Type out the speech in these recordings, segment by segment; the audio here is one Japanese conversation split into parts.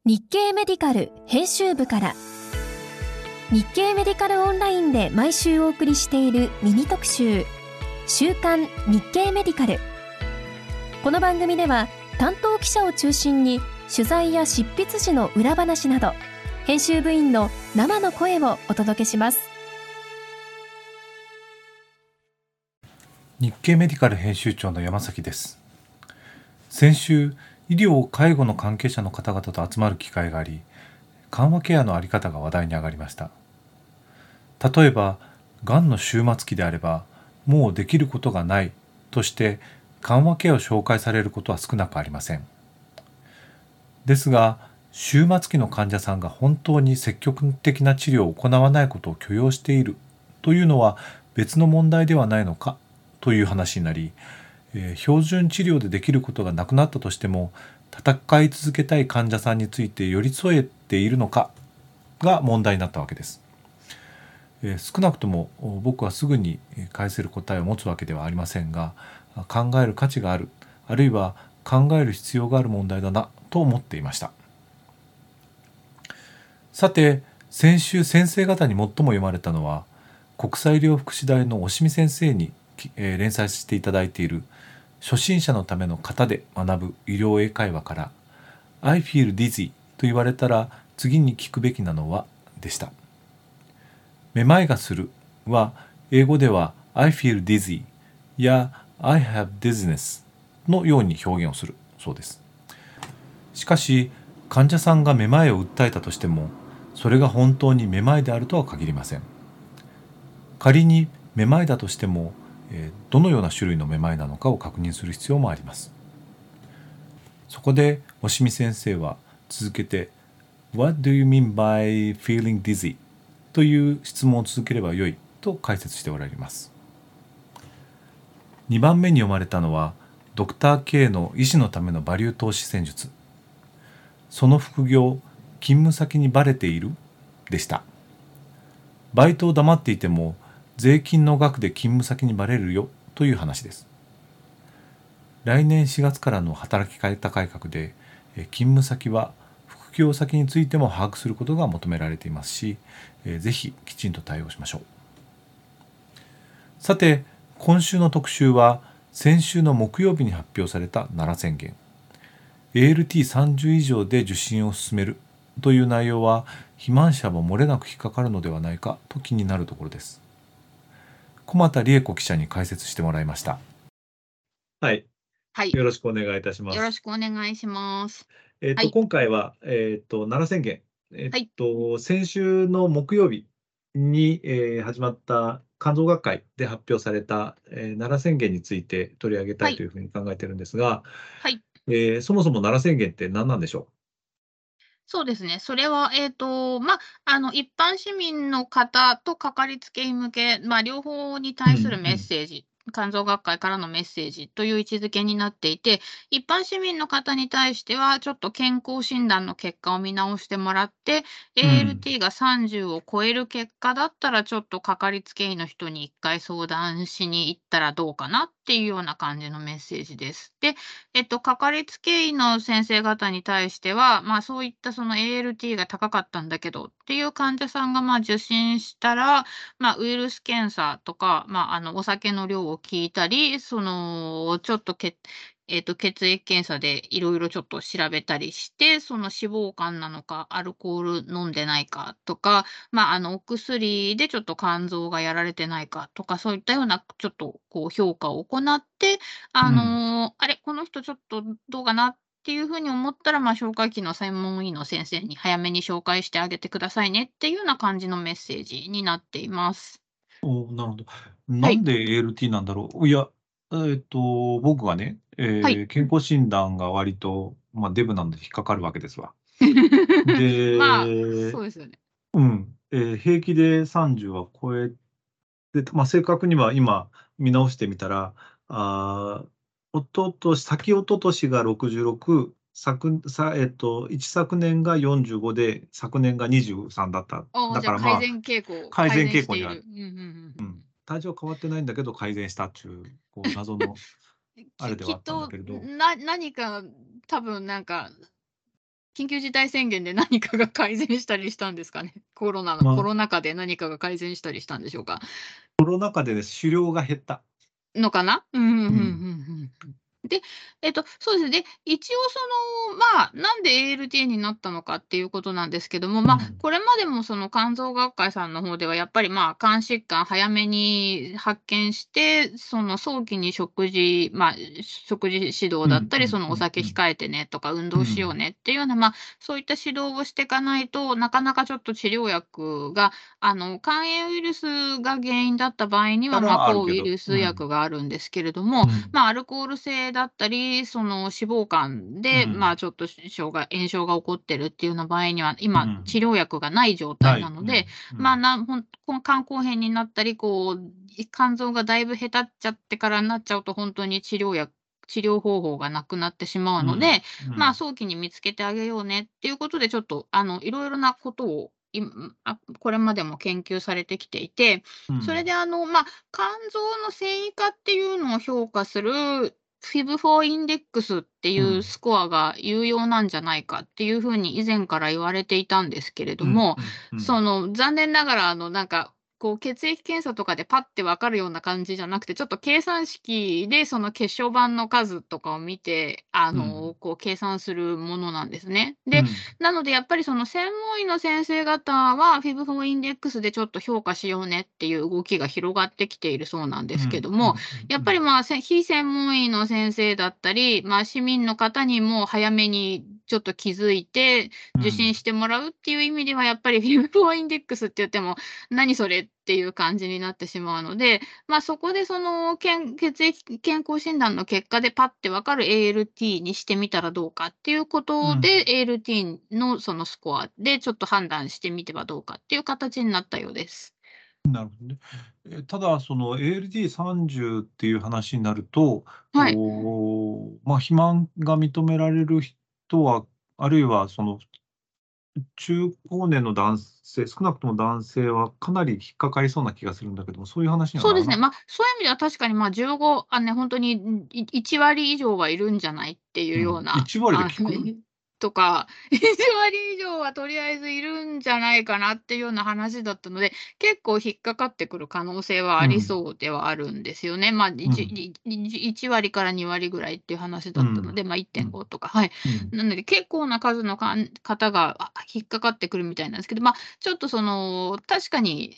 日経メディカル編集部から日経メディカルオンラインで毎週お送りしているミニ特集週刊日経メディカル。この番組では担当記者を中心に取材や執筆時の裏話など編集部員の生の声をお届けします。 日経メディカル編集長の山崎です。先週、医療・介護の関係者の方々と集まる機会があり、緩和ケアの在り方が話題に上がりました。例えば、がんの終末期であれば、もうできることがないとして緩和ケアを紹介されることは少なくありません。ですが、終末期の患者さんが本当に積極的な治療を行わないことを許容しているというのは別の問題ではないのかという話になり、標準治療でできることがなくなったとしても戦い続けたい患者さんについて寄り添えているのかが問題になったわけです。少なくとも僕はすぐに返せる答えを持つわけではありませんが、考える価値がある、あるいは考える必要がある問題だなと思っていました。さて、先週先生方に最も読まれたのは国際医療福祉大の押見先生に連載していただいている初心者のための型で学ぶ医療英会話から I feel dizzy と言われたら次に聞くべきなのはでした。めまいがするは英語では I feel dizzy や I have dizziness のように表現をするそうです。しかし患者さんがめまいを訴えたとしてもそれが本当にめまいであるとは限りません。仮にめまいだとしてもどのような種類のめまいなのかを確認する必要もあります。そこで押見先生は続けて What do you mean by feeling dizzy? という質問を続ければよいと解説しておられます。2番目に読まれたのはドクター K の医師のためのバリュー投資戦術、その副業勤務先にバレているでした。バイトを黙っていても税金の額で勤務先にバレるよという話です。来年4月からの働き方改革で勤務先は副業先についても把握することが求められていますし、ぜひきちんと対応しましょう。さて、今週の特集は先週の木曜日に発表された奈良宣言、ALT30 以上で受診を進めるという内容は肥満者も漏れなく引っかかるのではないかと気になるところです。駒田理恵子記者に解説してもらいました。はい、よろしくお願いいたします。 よろしくお願いします。 今回は、奈良宣言、先週の木曜日に、始まった肝臓学会で発表された、奈良宣言について取り上げたいというふうに考えているんですが、そもそも奈良宣言って何なんでしょう？ そうですね。それは、一般市民の方とかかりつけ医向け、両方に対するメッセージ、肝臓学会からのメッセージという位置づけになっていて、一般市民の方に対しては、ちょっと健康診断の結果を見直してもらって、ALT が30を超える結果だったら、ちょっとかかりつけ医の人に1回相談しに行ったらどうかなっていうような感じのメッセージです。で、かかりつけ医の先生方に対しては、そういったその ALT が高かったんだけどっていう患者さんが受診したら、ウイルス検査とか、お酒の量を聞いたり、そのちょっと血液検査でいろいろちょっと調べたりして、その脂肪肝なのか、アルコール飲んでないかとか、お薬でちょっと肝臓がやられてないかとか、そういったようなちょっとこう評価を行って、あれ、この人ちょっとどうかなっていうふうに思ったら、消化器の専門医の先生に早めに紹介してあげてくださいねっていうような感じのメッセージになっています。 なるほど。なんで ALT なんだろう。いや、僕はね、健康診断が割と、デブなんで引っかかるわけですわ。で、 そうですよね。 平気で30は超えて、正確には今見直してみたら、先一昨年が66、一昨年が45で、昨年が23だった。だじゃあから改善傾向にある。体調は変わってないんだけど改善したっていう、謎のあれではあったんだきっと、 けれど。 何か多分緊急事態宣言で何かが改善したりしたんですかね。コロナ禍で何かが改善したりしたんでしょうか。 コロナ禍でね、狩猟が減った。 のかな？うんうんうんうんうん。 うんうん。で、そうですね。で、一応なんで ALT になったのかっていうことなんですけども、これまでもその肝臓学会さんの方ではやっぱり、肝疾患早めに発見して、その早期に食事指導だったり、そのお酒控えてねとか、運動しようねっていうような、そういった指導をしていかないと、なかなかちょっと治療薬が肝炎ウイルスが原因だった場合には、 からある抗ウイけど。 ルス薬があるんですけれども、アルコール性だったり、その脂肪肝で、ちょっと炎症が起こってるっていうような場合には、今、治療薬がない状態なので、肝硬変になったり、肝臓がだいぶへたっちゃってからになっちゃうと、本当に治療方法がなくなってしまうので、早期に見つけてあげようねっていうことで、ちょっと、いろいろなことを、これまでも研究されてきていて、それで肝臓の繊維化っていうのを評価するFIB4 インデックスっていうスコアが有用なんじゃないかっていうふうに以前から言われていたんですけれども、残念ながら血液検査とかでパッて分かるような感じじゃなくて、ちょっと計算式でその血小板の数とかを見て、計算するものなんですね。で、なのでやっぱりその専門医の先生方は FIB4 インデックスでちょっと評価しようねっていう動きが広がってきているそうなんですけども、やっぱり非専門医の先生だったり、市民の方にも早めにちょっと気づいて受診してもらうっていう意味では、やっぱり FIB4 インデックスって言っても、何それっていう感じになってしまうので、そこでその血液健康診断の結果でパッて分かる ALT にしてみたらどうかっていうことで、ALT のそのスコアでちょっと判断してみてはどうかっていう形になったようです。 なるほどね。ただ、その ALT30 っていう話になると、 はい。 肥満が認められる人は、あるいはその中高年の男性、少なくとも男性はかなり引っかかりそうな気がするんだけども、そういう話にはそうですね。 ならなかった。 そういう意味では確かに、15本当に、1割以上はいるんじゃないっていうような、 1割で効く？ とか、1割以上はとりあえずいるんじゃないかなっていうような話だったので、結構引っかかってくる可能性はありそうではあるんですよね。1割から2割ぐらいっていう話だったので、1.5とか、はい。なので、結構な数の方が引っかかってくるみたいなんですけど、ちょっと確かに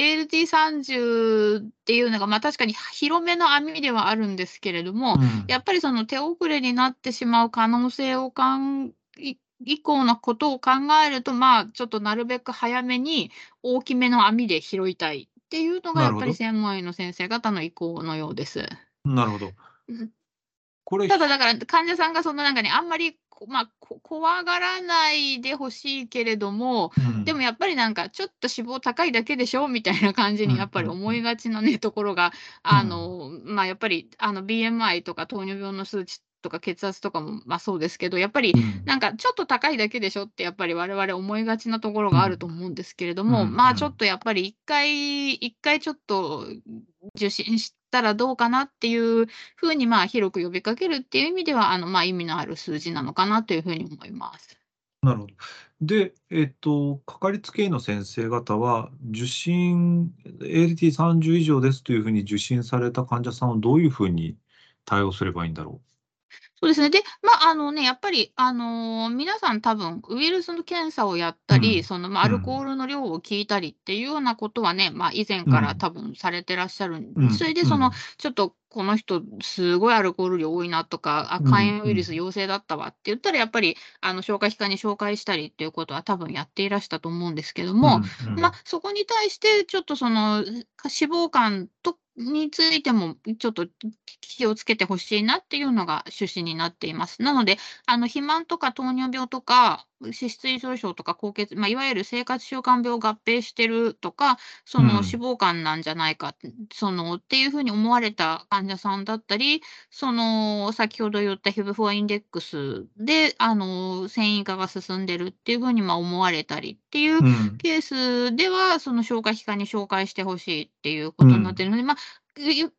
ALT30 っていうのが、確かに広めの網ではあるんですけれども、やっぱりその手遅れになってしまう可能性を以降のことを考えると、ちょっとなるべく早めに大きめの網で拾いたいっていうのがやっぱりなるほど。 専門医の先生方の意向のようです。 なるほど。これ、 ただだから患者さんがあんまり、怖がらないでほしいけれども、でもやっぱりちょっと脂肪高いだけでしょみたいな感じにやっぱり思いがちなね、ところが、やっぱりBMI とか糖尿病の数値とか血圧とかも、そうですけど、やっぱりちょっと高いだけでしょってやっぱり我々思いがちなところがあると思うんですけれども、ちょっとやっぱり一回ちょっと受診したらどうかなっていう風に、広く呼びかけるっていう意味では、意味のある数字なのかなという風に思います。 なるほど。で、かかりつけ医の先生方は、ALT30 以上ですというふうに受診された患者さんをどういうふうに対応すればいいんだろそうですね。で、やっぱり、皆さん多分ウイルスの検査をやったり、アルコールの量を聞いたりっていうようなことはね、以前から多分されてらっしゃるそれでちょっとこの人すごいアルコール量多いなとか、肝炎ウイルス陽性だったわって言ったら、やっぱり、消化器科に紹介したりっていうことは多分やっていらしたと思うんですけども、そこに対してちょっと脂肪肝についても、ちょっと気をつけてほしいなっていうのが趣旨になっています。なので、肥満とか糖尿病とか、脂質異常症とか高血、いわゆる生活習慣病を合併してるとか、脂肪肝なんじゃないか、っていうふうに思われた患者さんだったり、先ほど言ったFIB4 インデックスで、繊維化が進んでるっていうふうに、思われたりっていうケースでは、消化器科に紹介してほしいっていうことになっているので、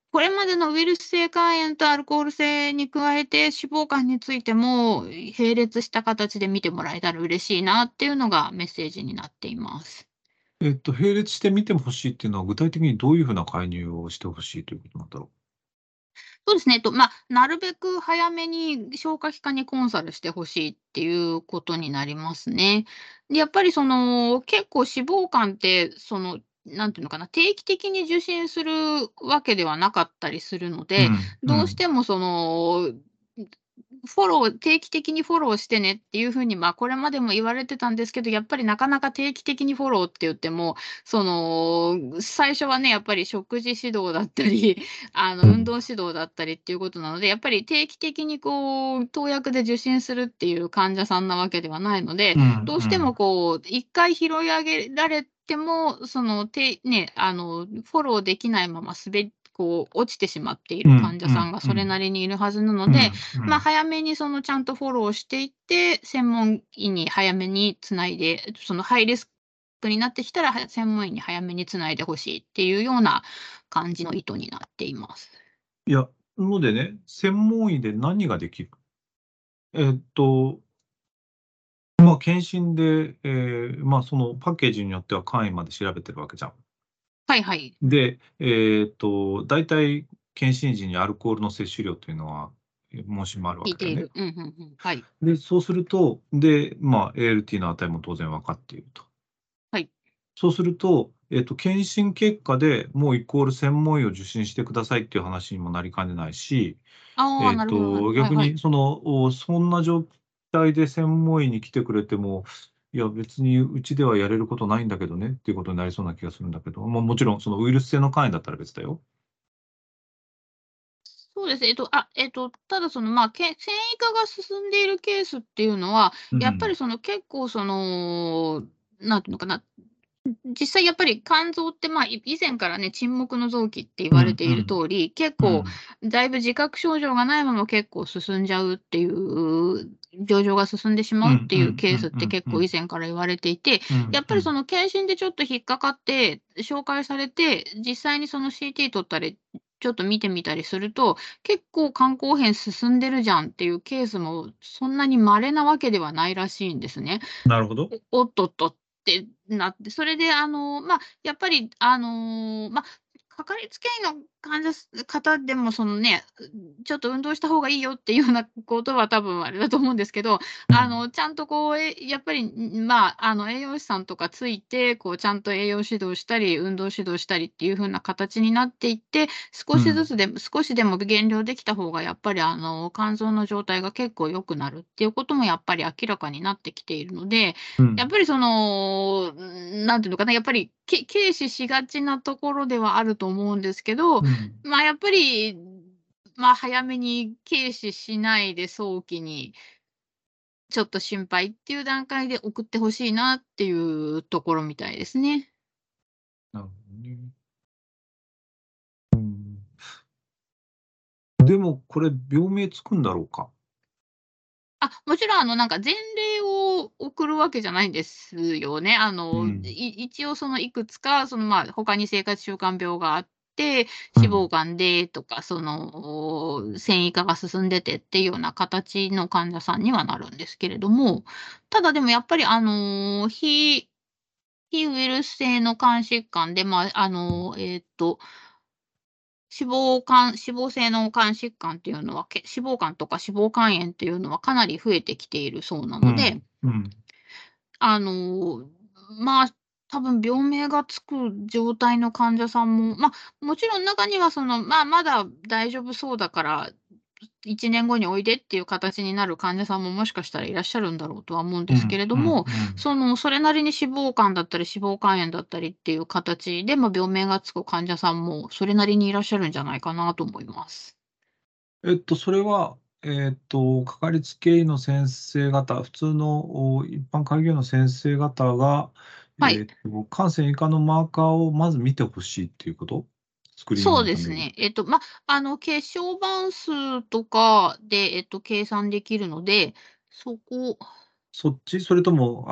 これまでのウイルス性肝炎とアルコール性に加えて、脂肪肝についても並列した形で見てもらえたら嬉しいなっていうのがメッセージになっています。 並列して見てほしいっていうのは、具体的にどういうふうな介入をしてほしいということなんだろそうですね。なるべく早めに消化器科にコンサルしてほしいっていうことになりますね。で、やっぱり結構脂肪肝って、なんていうのかな、定期的に受診するわけではなかったりするのう。うで、 ん、うどうしん、 ても定期的にフォローしてねっていう風に、これまでも言われてたんですけど、やっぱりなかなか定期的にフォローって言っても、最初はね、やっぱり食事指導だったり、運うん、 動指導だったりっていうことなので、やっぱり定期的に投薬で受診するっていう患者さんなわけではないので、 うん、 どうしてもうん、 1回拾い上げられても、フォローできないまま落ちてしまっているうん、 患者さんがそれなうん、 りにいるはずなので、 うん、うん。 早めにちゃんとフォローしていって、専門医に早めにつないで、ハイリスクになってきたら、専門医に早めにつないでほしいっていうような感じの意図になっています。 いや、のでね、専門医で何ができる？えっと、検診で、そのパッケージによっては簡易まで調べてるわけじゃん。 はいはい。 で、大体検診時にアルコールの摂取量というのは、問診もあるわけだよね。 聞いている。うん、うんうん。はい。 で、そうすると、ALT の値も当然分かっていると。 はい。 そうすると、検診結果でもうイコール専門医を受診してくださいっていう話にもなりかねないし、 ああ、なるほどなるほど。はい逆はい。 にそんな状態で専門医に来てくれても、いや別にうちではやれることないんだけどねっていうことになりそうな気がするんだけど、もちろんそのウイルス性の肝炎だったら別だよ。 そうです。ただ繊維化が進んでいるケースっていうのは、やっぱりうん。 結構なんていうのかな、実際やっぱり肝臓って、以前からね、沈黙の臓器って言うんわれているうん。 通り、結構うん。 だいぶ自覚症状がないまま結構進んじゃうっていう、病状が進んでしうんうまうっていうケースっんうんうて結構以んうん。 前から言われていて、 うんうん。 やっぱり検診でちょっと引っかかって、紹介されて、実際にCT 取ったり、ちょっと見てみたりすると、結構肝硬変進んでるじゃんっていうケースもそんなに稀なわけではないらしいんですね。 なるほど。 おっとっとってなって、それでやっぱりかかりつけ医の方でもちょっと運動した方がいいよっていうようなことは多分あれだと思うんですけど、 うん。 ちゃんとやっぱり、栄養士さんとかついて、ちゃんと栄養指導したり、運動指導したりっていう風な形になっていって、 うん少しでも減量できた方がやっぱり肝臓の状態が結構良くなるっていうこともやっぱり明らかになってきているので、 うん。 やっぱりなんていうのかな、やっぱり、軽視しがちなところではあると思うんですけど、 うん。 やっぱり、早めに軽視しないで早期に、ちょっと心配っていう段階で送ってほしいなっていうところみたいですね。 なるほどね。うん。でもこれ病名つくんだろうか？ もちろん前例を送るわけじゃないんですよね。 うん。 一応いくつか、他に生活習慣病があって、脂肪うん。 肝でとか、繊維化が進んでてっていうような形の患者さんにはなるんですけれども、ただでもやっぱり非ウイルス性の肝疾患で、脂肪性の肝疾患っていうのは、脂肪肝とか脂肪肝炎っていうのはかなり増えてきているそうなうん。 ので、 うん。 あの、まあ、多分病名がつく状態の患者さんも、もちろん中にはまだ大丈夫そうだから、1年後においでっていう形になる患者さんももしかしたらいらっしゃるんだろうとは思うんですけうん。うん。 れども、 うん。 それなりに脂肪肝だったり脂肪肝炎だったりっていう形で、病名がつく患者さんもそれなりにいらっしゃるんじゃないかなと思います。 それは、かかりつけ医の先生方、普通の一般開業医の先生方が、 はい。 感染以下のマーカーをまず見てほしいっていうこと？スクリーニングそうのために。 ですね。血小板数とかで、計算できるので、そこそっち？それとも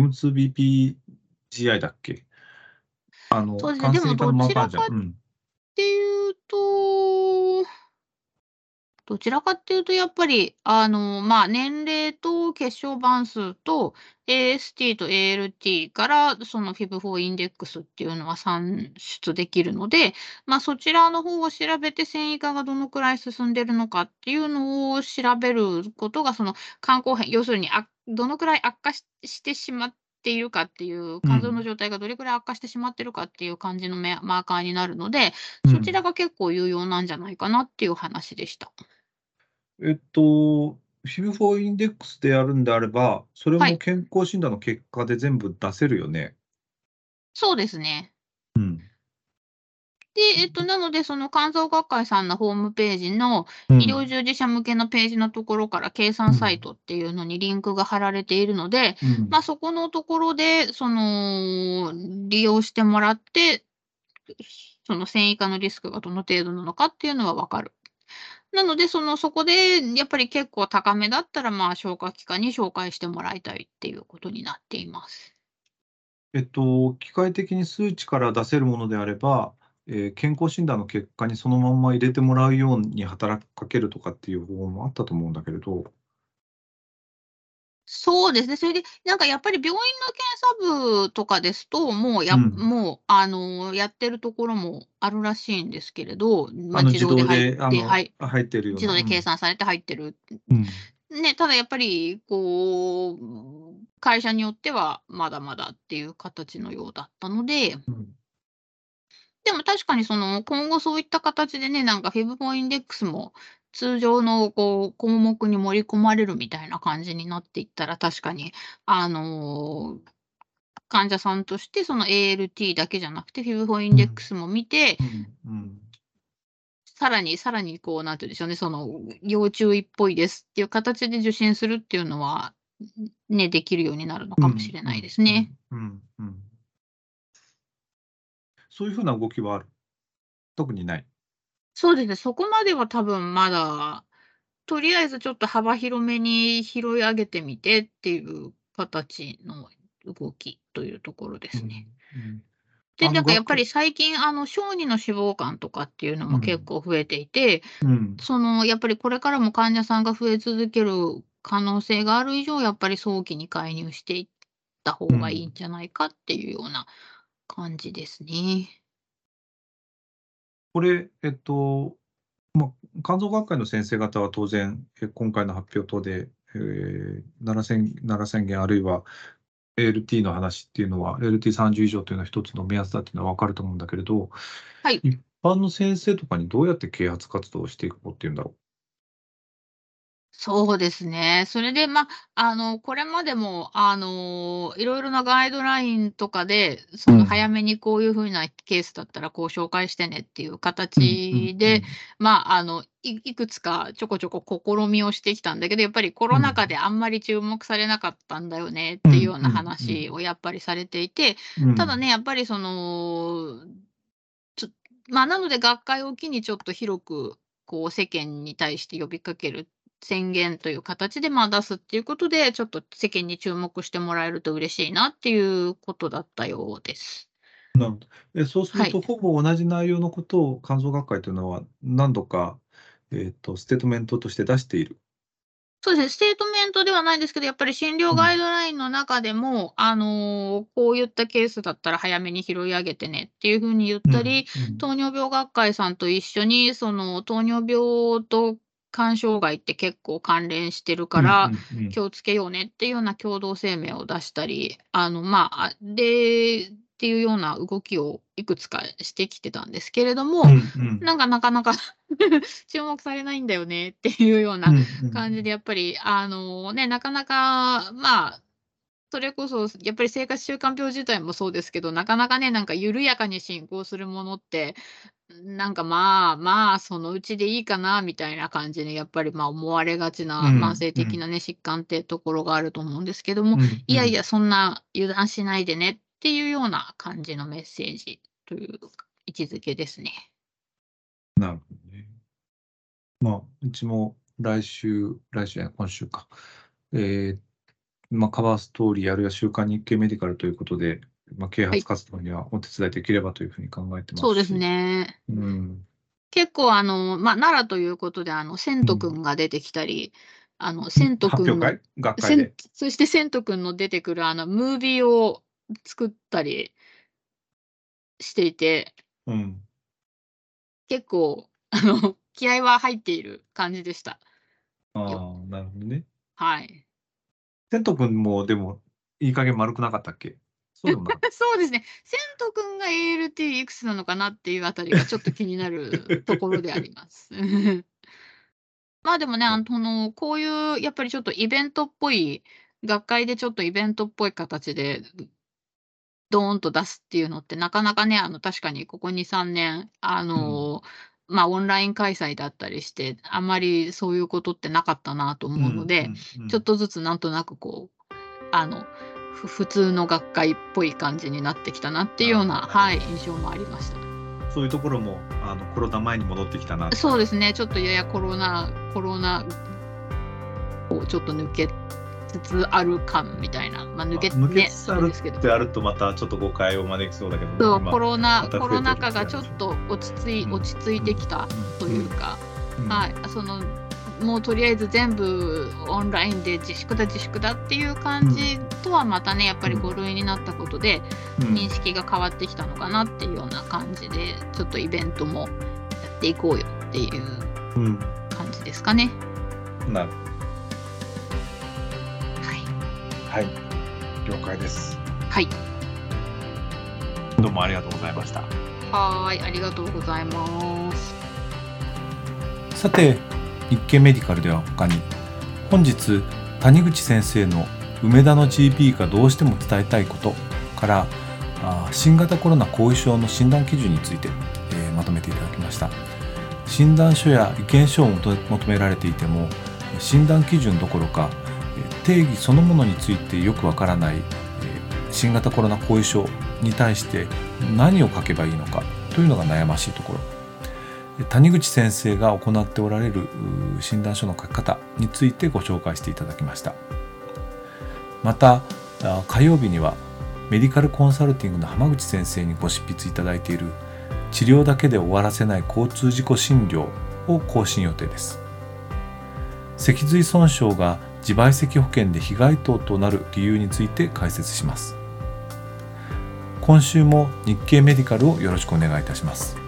M2BPGI だっけ？ そうですね、でも感染以下のどちらかマーカーじゃん。うん。 っていうと、どちらかっていうとやっぱり、年齢と血小板数と AST と ALT からその FIB4 インデックスっていうのは算出できるので、そちらの方を調べて線維化がどのくらい進んでるのかっていうのを調べることが、その肝硬変、要するにどのくらい悪化してしまっているかっていう、肝臓の状態がどれくらい悪化してしまってるかっていう感じのマーカーになるので、そちらが結構有用なんじゃないかなっていう話でした。 FIB4 インデックスでやるんであれば、それはい。 も健康診断の結果で全部出せるよね。 そうですね。 うん。 で、なので、その肝臓学会さんのホームページの医療従事者向けのページのところから計算サイトっていうのにリンクが貼られているので、そこのところで、利用してもらって、その線維化のリスクがどの程度なのかっていうのは分かる。なので、そこでやっぱり結構高めだったら、消化器科に紹介してもらいたいっていうことになっています。 機械的に数値から出せるものであれば、健康診断の結果にそのまんま入れてもらうように働きかけるとかっていう方法もあったと思うんだけれど。 そうですね。それで、なんかやっぱり病院の検査部とかですと、やってるところもあるらしいんですけれど、自自動で入っ動で、 て入ってるような。 自動で計算されて入ってる。 うん。 ね、ただやっぱり会社によってはまだまだっていう形のようだったので、 うん。 でも確かに今後そういった形でね、なんか FIB4 インデックスも通常の項目に盛り込まれるみたいな感じになっていったら、確かにあの、患者さんとしてその ALT だけじゃなくて FIB4 インデックスも見て、さらになんて言うんでしょうね、要注意っぽいですっていう形で受診するっていうのは、ね、できるようになるのかもしれないですね。 そういうふうな動きはある？特にない？ そうですね、そこまでは多分まだ、とりあえずちょっと幅広めに拾い上げてみてっていう形の動きというところでうすね。 んうん。 で、なんかやっぱり学会。 最近、小児の脂肪肝とかっていうのも結うん。 構増えていて、 うん。 やっぱりこれからも患者さんが増え続ける可能性がある以上、やっぱり早期に介入していった方がいいんじゃないかっていうような感じですね。 これ、肝臓学会の先生方は当然、今回の発表等で、奈良宣言あるいは ALT の話っていうのは、ALT30 以上というのは一つの目安だっていうのは分かると思うんだけれど、 はい。 一般の先生とかにどうやって啓発活動をしていこうっていうんだろそうですね。それで、これまでも、いろいろなガイドラインとかで、 う。 早めにこういう風なケースだったら、こう紹介してねっていううんうん形で、 うん。 いくつかちょこちょこ試みをしてきたんだけど、やっぱりコロナ禍うん。 であんまり注目されなかったんだよねっうんうていうようなんうん。 話をやっぱりされていて、 うん。 ただね、やっぱりちょなので学会を機にちょっと広く、世間に対して呼びかける宣言という形で、出すっていうことで、ちょっと世間に注目してもらえると嬉しいなっていうことだったようです。 なるほど。そうすはい。 ると、ほぼ同じ内容のことを肝臓学会というのは何度か、ステートメントとして出している。 そうですね、ステートメントではないんですけど、やっぱり診療うん。 ガイドラインの中でも、こういったケースだったら早めに拾い上げてねっていう風に言っうたり、 んうん。 糖尿病学会さんと一緒に、糖尿病と肝障害って結構関連してるうんうから、 んうん。 気をつけようねっていうような共同声明を出したり、っていうような動きをいくつかしてきてたんですけれどうんも、 うん。 なかなか注目されないんだよねっていうようなうんうん。 感じで、やっぱり、なかなか、それこそ、やっぱり生活習慣病自体もそうですけど、なかなかね、なんか緩やかに進行するものって、そのうちでいいかなみたいな感じにやっぱり、思われがちうな慢性んうん。 的なね、疾患ってところがあると思うんですけども、 うんうん。 いやいや、そんな油断しないでねっていうような感じのメッセージという位置づけですね。 なるほどね。うちも来週じゃない、今週か。カバーストーリーあるいは週刊日経メディカルということで、 啓発活動にはお手伝いできればというふうに考えてますし。 そうですね。結構奈良ということで千斗くんが出てきたり、千斗くんの学会で。 そして千斗くんの出てくるムービーを作ったりしていて、結構気合は入っている感じでした。 なるほどね。 はい。 千斗くんもでもいい加減丸くなかったっけ？そうでもなかった。 そうですね。千斗くんが ALT いくつなのかなっていうあたりがちょっと気になるところであります。でもね、こういうやっぱりちょっとイベントっぽい、学会でちょっとイベントっぽい形で、ドーンと出すっていうのってなかなかね、確かにここ2、3年、オンライン開催だったりして、あんまりそういうことってなかったなと思うので、ちょっとずつなんとなくこう、普通の学会っぽい感じになってきたなっていうような、印象もありました。 そういうところもコロナ前に戻ってきたな。 そうですね。ちょっとややコロナをちょっと抜けつつある感みたいな、抜けつつあるってあるとまたちょっと誤解を招きそうだけど、 コロナ禍がちょっと落ち着いてきたというか、もうとりあえず全部オンラインで自粛だっていう感じとはまたね、やっぱり5類になったことで認識が変わってきたのかなっていうような感じで、ちょっとイベントもやっていこうよっていう感じですかね。 なるほど。はい、了解です。 はい。 どうもありがとうございました。 ありがとうございます。 さて、日経メディカルでは他に本日谷口先生の梅田の GP がどうしても伝えたいことから新型コロナ後遺症の診断基準について、まとめていただきました。診断書や意見書を求められていても診断基準どころか定義そのものについてよくわからない新型コロナ後遺症に対して何を書けばいいのかというのが悩ましいところ。谷口先生が行っておられる診断書の書き方についてご紹介していただきました。また火曜日にはメディカルコンサルティングの浜口先生にご執筆いただいている治療だけで終わらせない交通事故診療を更新予定です。脊髄損傷が自賠責保険で被害等となる理由について解説します。今週も日経メディカルをよろしくお願いいたします。